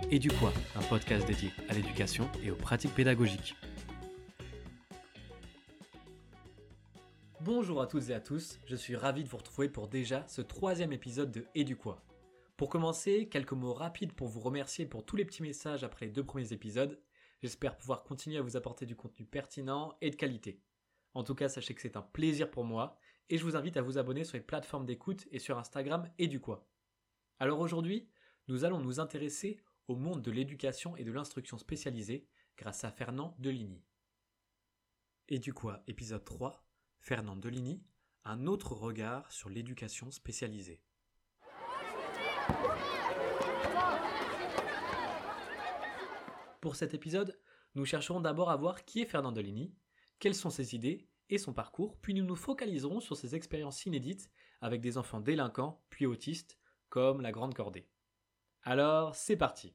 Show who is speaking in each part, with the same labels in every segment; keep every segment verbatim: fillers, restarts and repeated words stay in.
Speaker 1: Éduquoi, un podcast dédié à l'éducation et aux pratiques pédagogiques. Bonjour à toutes et à tous, je suis ravi de vous retrouver pour déjà ce troisième épisode de Éduquoi. Pour commencer, quelques mots rapides pour vous remercier pour tous les petits messages après les deux premiers épisodes. J'espère pouvoir continuer à vous apporter du contenu pertinent et de qualité. En tout cas, sachez que c'est un plaisir pour moi et je vous invite à vous abonner sur les plateformes d'écoute et sur Instagram Éduquoi. Alors aujourd'hui, nous allons nous intéresser au monde de l'éducation et de l'instruction spécialisée grâce à Fernand Deligny. Éduquoi, épisode trois, Fernand Deligny, un autre regard sur l'éducation spécialisée. Pour cet épisode, nous chercherons d'abord à voir qui est Fernand Deligny, quelles sont ses idées et son parcours, puis nous nous focaliserons sur ses expériences inédites avec des enfants délinquants puis autistes, comme la Grande Cordée. Alors, c'est parti.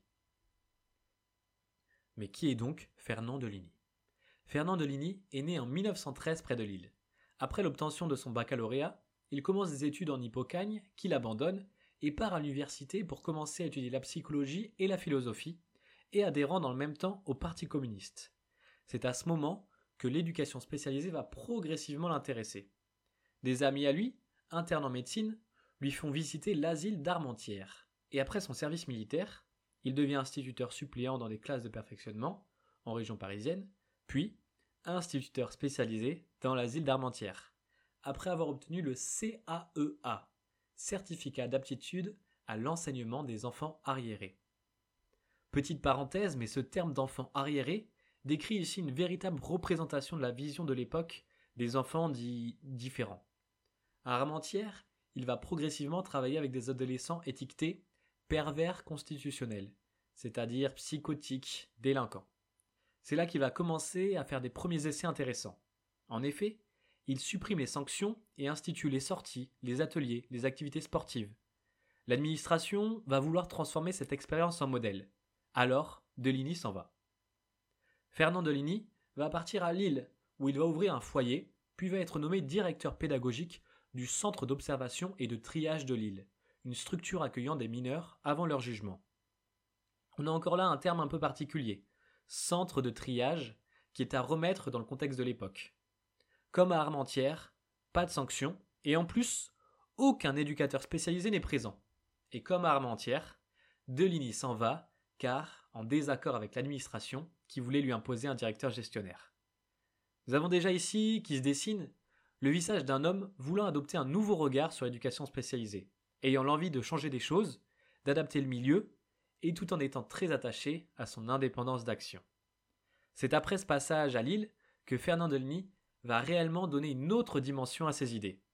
Speaker 1: Mais qui est donc Fernand Deligny ? Fernand Deligny est né en mille neuf cent treize près de Lille. Après l'obtention de son baccalauréat, il commence des études en Hippocagne, qu'il abandonne, et part à l'université pour commencer à étudier la psychologie et la philosophie, et adhérant dans le même temps au Parti communiste. C'est à ce moment que l'éducation spécialisée va progressivement l'intéresser. Des amis à lui, internes en médecine, lui font visiter l'asile d'Armentières. Et après son service militaire, il devient instituteur suppléant dans des classes de perfectionnement, en région parisienne, puis instituteur spécialisé dans l'asile d'Armentières, après avoir obtenu le C A E A, Certificat d'aptitude à l'enseignement des enfants arriérés. Petite parenthèse, mais ce terme d'enfant arriéré décrit ici une véritable représentation de la vision de l'époque des enfants dits différents. À Armentières, il va progressivement travailler avec des adolescents étiquetés pervers constitutionnels, c'est-à-dire psychotiques, délinquants. C'est là qu'il va commencer à faire des premiers essais intéressants. En effet, il supprime les sanctions et institue les sorties, les ateliers, les activités sportives. L'administration va vouloir transformer cette expérience en modèle. Alors, Deligny s'en va. Fernand Deligny va partir à Lille, où il va ouvrir un foyer, puis va être nommé directeur pédagogique du Centre d'observation et de triage de Lille, une structure accueillant des mineurs avant leur jugement. On a encore là un terme un peu particulier, centre de triage, qui est à remettre dans le contexte de l'époque. Comme à Armentières, pas de sanctions, et en plus, aucun éducateur spécialisé n'est présent. Et comme à Armentières, Deligny s'en va, car en désaccord avec l'administration qui voulait lui imposer un directeur gestionnaire. Nous avons déjà ici, qui se dessine, le visage d'un homme voulant adopter un nouveau regard sur l'éducation spécialisée, ayant l'envie de changer des choses, d'adapter le milieu, et tout en étant très attaché à son indépendance d'action. C'est après ce passage à Lille que Fernand Deligny va réellement donner une autre dimension à ses idées.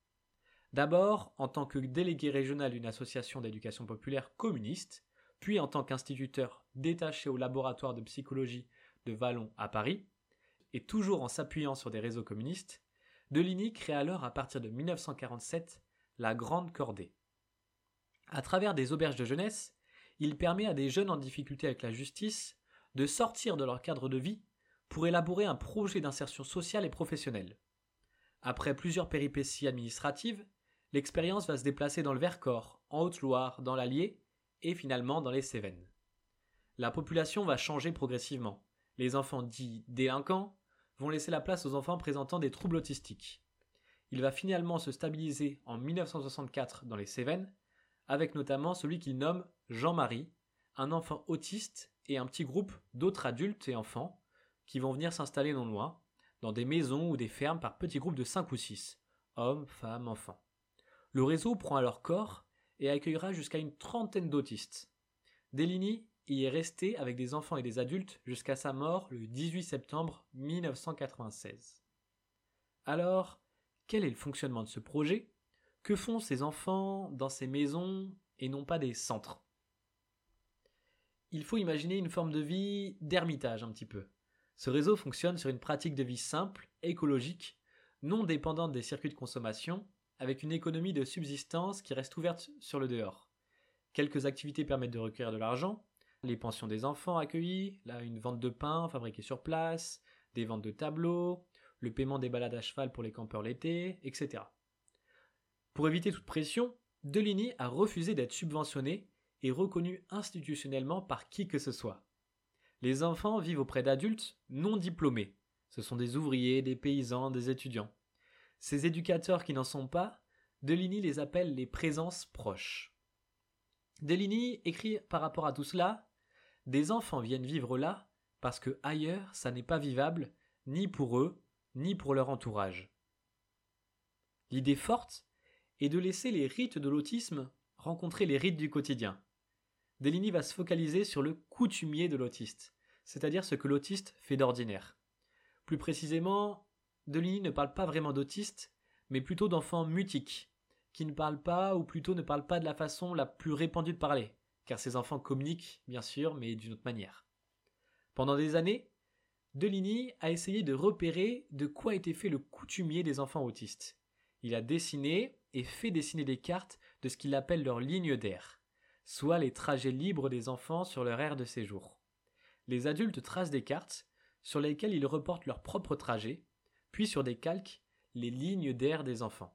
Speaker 1: D'abord en tant que délégué régional d'une association d'éducation populaire communiste, puis en tant qu'instituteur détaché au laboratoire de psychologie de Vallon à Paris, et toujours en s'appuyant sur des réseaux communistes, Deligny crée alors à partir de mille neuf cent quarante-sept la Grande Cordée. À travers des auberges de jeunesse, il permet à des jeunes en difficulté avec la justice de sortir de leur cadre de vie pour élaborer un projet d'insertion sociale et professionnelle. Après plusieurs péripéties administratives, l'expérience va se déplacer dans le Vercors, en Haute-Loire, dans l'Allier et finalement dans les Cévennes. La population va changer progressivement. Les enfants dits délinquants vont laisser la place aux enfants présentant des troubles autistiques. Il va finalement se stabiliser en mille neuf cent soixante-quatre dans les Cévennes, avec notamment celui qu'il nomme Jean-Marie, un enfant autiste et un petit groupe d'autres adultes et enfants qui vont venir s'installer non loin, dans des maisons ou des fermes par petits groupes de cinq ou six, hommes, femmes, enfants. Le réseau prend alors corps et accueillera jusqu'à une trentaine d'autistes. Deligny y est resté avec des enfants et des adultes jusqu'à sa mort le dix-huit septembre mille neuf cent quatre-vingt-seize. Alors, quel est le fonctionnement de ce projet ? Que font ces enfants dans ces maisons et non pas des centres ? Il faut imaginer une forme de vie d'ermitage un petit peu. Ce réseau fonctionne sur une pratique de vie simple, écologique, non dépendante des circuits de consommation, avec une économie de subsistance qui reste ouverte sur le dehors. Quelques activités permettent de recueillir de l'argent, les pensions des enfants accueillis, là une vente de pain fabriquée sur place, des ventes de tableaux, le paiement des balades à cheval pour les campeurs l'été, et cetera. Pour éviter toute pression, Deligny a refusé d'être subventionné est reconnu institutionnellement par qui que ce soit. Les enfants vivent auprès d'adultes non diplômés. Ce sont des ouvriers, des paysans, des étudiants. Ces éducateurs qui n'en sont pas, Deligny les appelle les présences proches. Deligny écrit par rapport à tout cela « Des enfants viennent vivre là parce que ailleurs ça n'est pas vivable, ni pour eux, ni pour leur entourage. » L'idée forte est de laisser les rites de l'autisme rencontrer les rites du quotidien. Deligny va se focaliser sur le coutumier de l'autiste, c'est-à-dire ce que l'autiste fait d'ordinaire. Plus précisément, Deligny ne parle pas vraiment d'autistes, mais plutôt d'enfants mutiques, qui ne parlent pas, ou plutôt ne parlent pas de la façon la plus répandue de parler, car ces enfants communiquent, bien sûr, mais d'une autre manière. Pendant des années, Deligny a essayé de repérer de quoi était fait le coutumier des enfants autistes. Il a dessiné et fait dessiner des cartes de ce qu'il appelle leur ligne d'air, soit les trajets libres des enfants sur leur aire de séjour. Les adultes tracent des cartes sur lesquelles ils reportent leur propre trajet, puis sur des calques, les lignes d'air des enfants.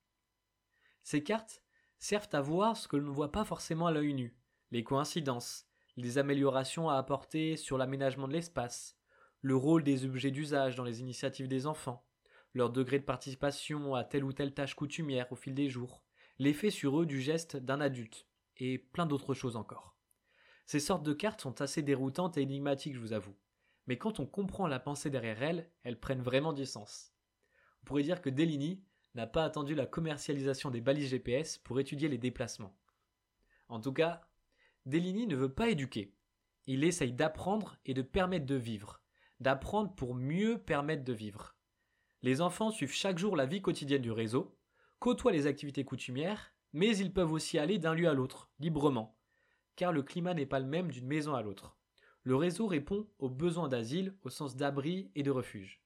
Speaker 1: Ces cartes servent à voir ce que l'on ne voit pas forcément à l'œil nu, les coïncidences, les améliorations à apporter sur l'aménagement de l'espace, le rôle des objets d'usage dans les initiatives des enfants, leur degré de participation à telle ou telle tâche coutumière au fil des jours, l'effet sur eux du geste d'un adulte, et plein d'autres choses encore. Ces sortes de cartes sont assez déroutantes et énigmatiques, je vous avoue, mais quand on comprend la pensée derrière elles, elles prennent vraiment du sens. On pourrait dire que Deligny n'a pas attendu la commercialisation des balises G P S pour étudier les déplacements. En tout cas, Deligny ne veut pas éduquer. Il essaye d'apprendre et de permettre de vivre, d'apprendre pour mieux permettre de vivre. Les enfants suivent chaque jour la vie quotidienne du réseau, côtoient les activités coutumières, mais ils peuvent aussi aller d'un lieu à l'autre, librement, car le climat n'est pas le même d'une maison à l'autre. Le réseau répond aux besoins d'asile au sens d'abri et de refuge.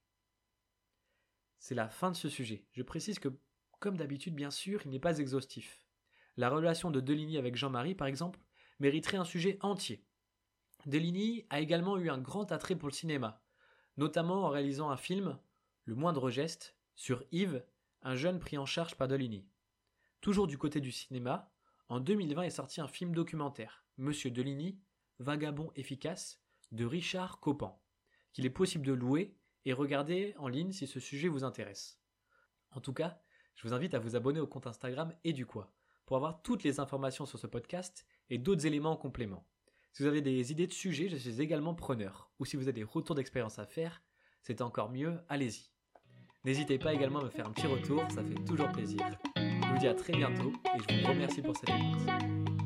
Speaker 1: C'est la fin de ce sujet. Je précise que, comme d'habitude bien sûr, il n'est pas exhaustif. La relation de Deligny avec Jean-Marie, par exemple, mériterait un sujet entier. Deligny a également eu un grand attrait pour le cinéma, notamment en réalisant un film, Le moindre geste, sur Yves, un jeune pris en charge par Deligny. Toujours du côté du cinéma, en deux mille vingt est sorti un film documentaire, Monsieur Deligny, vagabond efficace, de Richard Coppan, qu'il est possible de louer et regarder en ligne si ce sujet vous intéresse. En tout cas, je vous invite à vous abonner au compte Instagram Eduquoi pour avoir toutes les informations sur ce podcast et d'autres éléments en complément. Si vous avez des idées de sujets, je suis également preneur. Ou si vous avez des retours d'expérience à faire, c'est encore mieux, allez-y. N'hésitez pas également à me faire un petit retour, ça fait toujours plaisir. Je vous dis à très bientôt et je vous remercie pour cette écoute.